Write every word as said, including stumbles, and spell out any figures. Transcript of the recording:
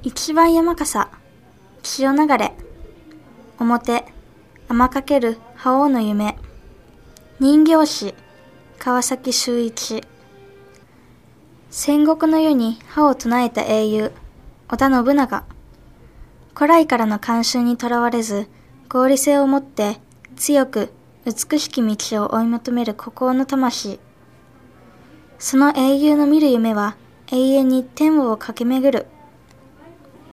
一番山笠、潮流れ、表、天かける覇王の夢、人形師、川崎修一。戦国の世に覇を唱えた英雄、織田信長。古来からの慣習にとらわれず、合理性を持って強く美しき道を追い求める孤高の魂。その英雄の見る夢は永遠に天を駆け巡る